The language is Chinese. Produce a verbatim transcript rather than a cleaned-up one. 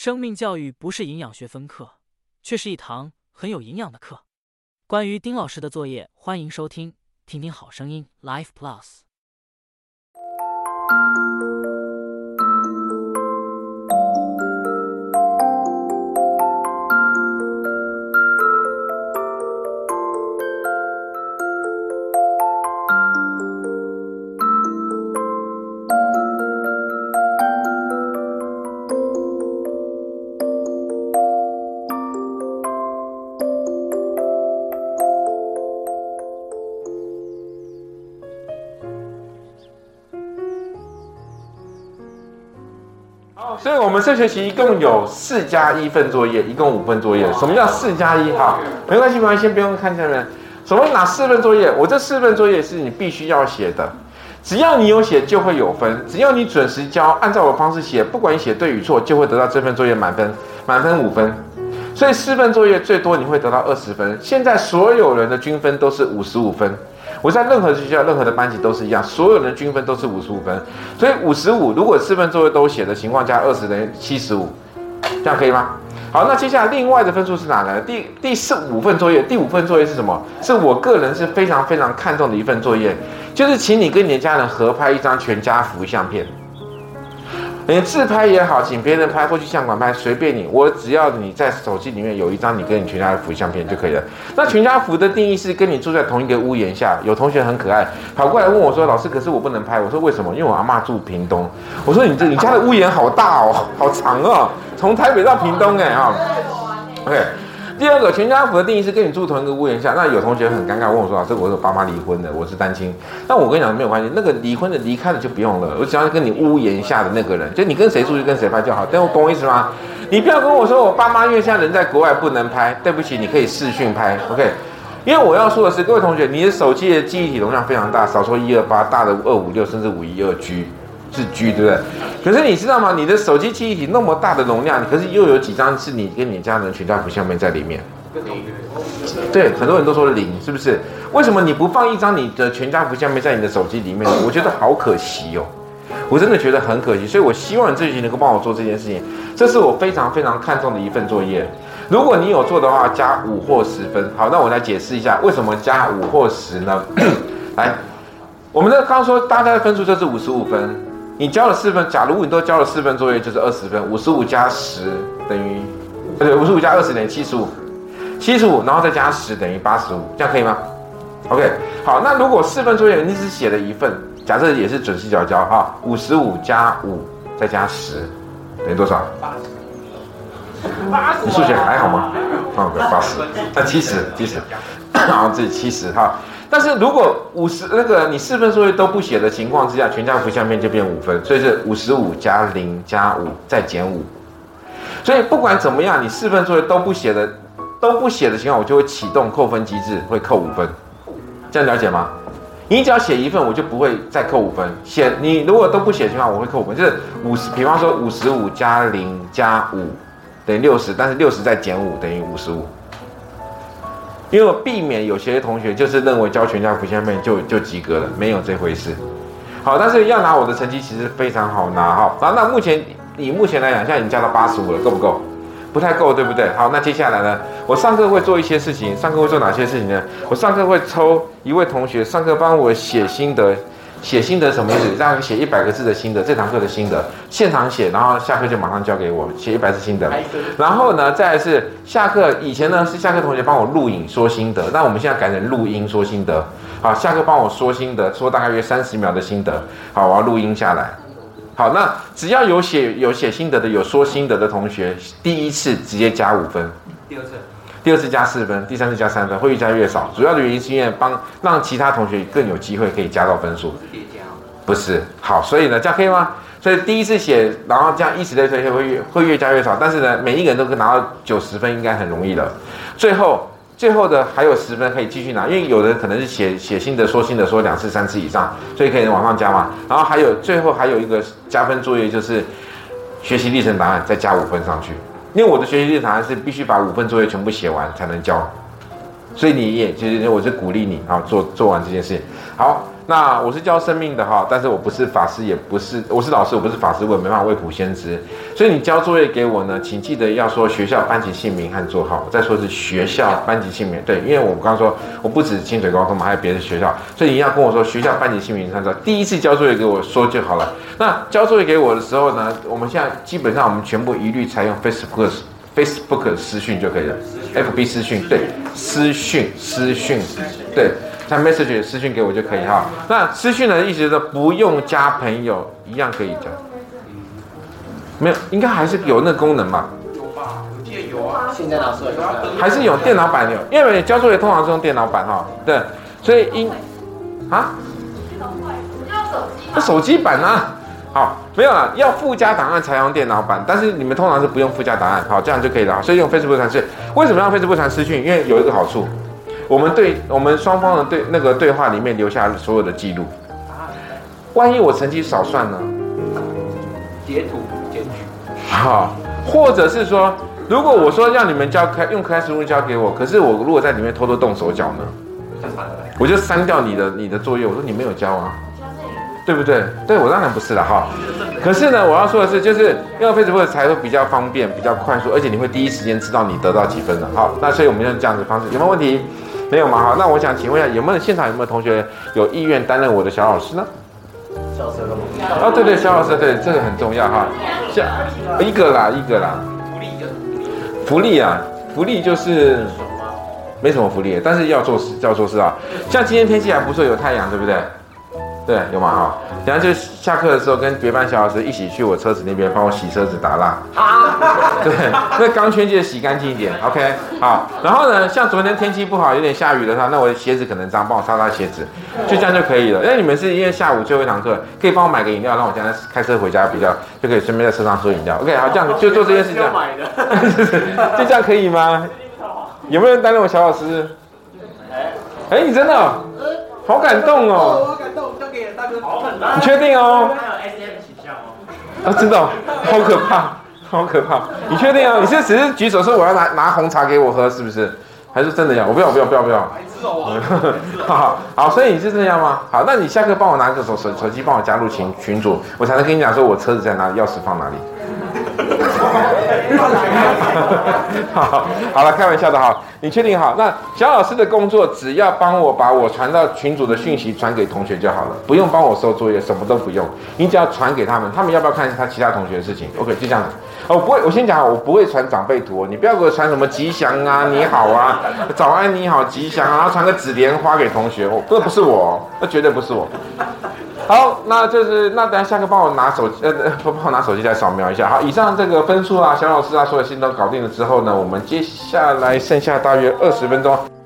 生命教育不是营养学分课，却是一堂很有营养的课。关于丁老师的作业，欢迎收听听听好声音 Life Plus。 所以我们这学期一共有四加一份作业，一共五份作业。什么叫四加一？哈，没关系，没关系，先不用看下面。什么哪四份作业？我这四份作业是你必须要写的，只要你有写就会有分，只要你准时交，按照我的方式写，不管你写对与错，就会得到这份作业满分，满分五分。所以四份作业最多你会得到二十分。现在所有人的均分都是五十五分。我在任何学校、任何的班级都是一样，所有人的均分都是五十五分，所以五十五，如果四份作业都写的情况加二十等于七十五，这样可以吗？好，那接下来另外的分数是哪来的？第第四五份作业，第五份作业是什么？是我个人是非常非常看重的一份作业，就是请你跟你的家人合拍一张全家福相片。你自拍也好，请别人拍或去相馆拍，随便你。我只要你在手机里面有一张你跟你全家福相片就可以了。那全家福的定义是跟你住在同一个屋檐下。有同学很可爱，跑过来问我说：“老师，可是我不能拍。”我说：“为什么？因为我阿嬷住屏东。”我说：“你这你家的屋檐好大哦，好长哦，从台北到屏东哎哈。”OK。第二个，全家福的定义是跟你住同一个屋檐下。那有同学很尴尬问我说：“老师，我有爸妈离婚了，我是单亲。”那我跟你讲没有关系，那个离婚的离开了就不用了，我只要跟你屋檐下的那个人，就你跟谁住就跟谁拍就好。但我懂我意思吗？你不要跟我说我爸妈因为现在人在国外不能拍，对不起，你可以视讯拍 ，OK。因为我要说的是，各位同学，你的手机的记忆体容量非常大，少说一二八，大的二五六，甚至五一二 G。是 G 对不对？可是你知道吗？你的手机记忆体那么大的容量，可是又有几张是你跟你家人全家福相片在里面？对，很多人都说零，是不是？为什么你不放一张你的全家福相片在你的手机里面？我觉得好可惜哦，我真的觉得很可惜。所以我希望你这学期能够帮我做这件事情，这是我非常非常看重的一份作业。如果你有做的话，加五或十分。好，那我来解释一下为什么加五或十呢？来，我们的刚刚说大家的分数就是五十五分。你交了四份，假如你都交了四份作业，就是二十分。五十五加十等于，对，五十五加二十等于七十五，七十五，然后再加十等于八十五，这样可以吗 ？OK， 好，那如果四份作业你只写了一份，假设也是准时缴交哈，五十五加五再加十等于多少？八十。八十。你数学还好吗？放个八十，那七十，七十，然后这七十哈。但是如果五十那个你四份作业都不写的情况之下，全家福相片就变五分，所以是五十五加零加五再减五。所以不管怎么样，你四份作业都不写的都不写的情况，我就会启动扣分机制，会扣五分。这样了解吗？你只要写一份，我就不会再扣五分。写你如果都不写的情况，我会扣五分，就是五十，比方说五十五加零加五等于六十，但是六十再减五等于五十五。因为我避免有些同学就是认为交全家福相片就就及格了，没有这回事。好，但是要拿我的成绩其实非常好拿哈。好，那目前以目前来讲，现在已经加到八十五了，够不够？不太够，对不对？好，那接下来呢，我上课会做一些事情。上课会做哪些事情呢？我上课会抽一位同学上课帮我写心得。写心得什么意思？让写一百个字的心得，这堂课的心得，现场写，然后下课就马上交给我，写一百字心得。然后呢，再来是下课以前呢是下课同学帮我录影说心得，那我们现在改成录音说心得。好，下课帮我说心得，说大概约三十秒的心得。好，我要录音下来。好，那只要有写有写心得的，有说心得的同学，第一次直接加五分。第二次。第二次加四分，第三次加三分，会越加越少。主要的原因是因为帮让其他同学更有机会可以加到分数。不是，好，所以呢，这样可以吗？所以第一次写，然后这样以此类推，会越会越加越少。但是呢，每一个人都可以拿到九十分，应该很容易了。最后，最后的还有十分可以继续拿，因为有的可能是写写心得、说心得说两次、三次以上，所以可以往上加嘛。然后还有最后还有一个加分作业，就是学习历程档案再加五分上去。因为我的学习历程档案是必须把五份作业全部写完才能交，所以你也其实我是鼓励你啊做做完这件事情。 好，那我是教生命的哈，但是我不是法师，也不是，我是老师，我不是法师，我也没办法未卜先知。所以你交作业给我呢，请记得要说学校班级姓名和座号。我再说是学校班级姓名，对，因为我刚刚说我不止清水高中嘛，还有别的学校，所以你要跟我说学校班级姓名和座号。第一次交作业给我说就好了。那交作业给我的时候呢，我们现在基本上我们全部一律采用 Facebook Facebook 私讯就可以了 ，F B 私讯，对，私讯私讯，对。像 message 私讯给我就可以哈。那私讯的意思是不用加朋友，一样可以加。没有，应该还是有那个功能吧？ 有吧？我记得有啊。现在哪是有？ 还是有电脑版有，因为交作业通常是用电脑版哈。对，所以应啊，那手机版啊。好，没有啦，要附加档案才用电脑版，但是你们通常是不用附加档案，好，这样就可以了。所以用 Facebook 传私，为什么要 Facebook 传私讯？因为有一个好处。我们对我们双方的对那个对话里面留下所有的记录，万一我成绩少算呢？ 截图检举。 好，或者是说，如果我说让你们交开用 Classroom 交给我，可是我如果在里面偷偷动手脚呢，我就删掉你的你的作业，我说你没有交啊，对不对？对我当然不是了哈。可是呢，我要说的是，就是用 Facebook 才会比较方便、比较快速，而且你会第一时间知道你得到几分了。好，那所以我们用这样子的方式，有没有问题？没有嘛？好，那我想请问一下，有没有现场有没有同学有意愿担任我的小老师呢？ 小老师干嘛？ 哦，对对，小老师，对，这个很重要哈。像一个啦，一个啦。 福利就是福利啊，福利就是没什么福利，但是要做事，要做事啊。像今天天气还不错，有太阳，对不对？对，有嘛哈？等下就下课的时候跟别班小老师一起去我车子那边帮我洗车子打蜡。对，那钢圈记得洗干净一点 ，OK？ 好，然后呢，像昨天天气不好，有点下雨的话，那我的鞋子可能脏，帮我擦擦鞋子，就这样就可以了。因为你们是因为下午最后一堂课，可以帮我买个饮料，让我现在开车回家比较，就可以顺便在车上喝饮料。OK， 好，这样就做这件事情。就这样可以吗？有没有人担任我小老师？哎，你真的、哦？好感动哦！ 好感动，交给大哥。好很你确定哦？ 还有 S M 倾向哦。 啊，真的、哦，好可怕，好可怕！你确定哦？你是只是举手说我要拿拿红茶给我喝，是不是？还是真的要？我不要，不要，不要，不要！ 白痴哦！ 好好，所以你是这样吗？好，那你下课帮我拿个手手手机，帮我加入群群组，我才能跟你讲说我车子在哪里，钥匙放哪里。好，好了，开玩笑的哈，你确定好？那小老师的工作只要帮我把我传到群组的讯息传给同学就好了，不用帮我收作业，什么都不用，你只要传给他们，他们要不要看他其他同学的事情 ？OK， 就这样子。我不会，我先讲，我不会传长辈图哦，你不要给我传什么吉祥啊、你好啊、早安、你好、吉祥啊，然后传个纸莲花给同学，我这不是我，那绝对不是我。好，那就是那等下下课帮我拿手机，呃，不帮我拿手机再扫描一下。好，以上这个分数啊，小老师啊，所有事情都搞定了之后呢，我们接下来剩下大约二十分钟。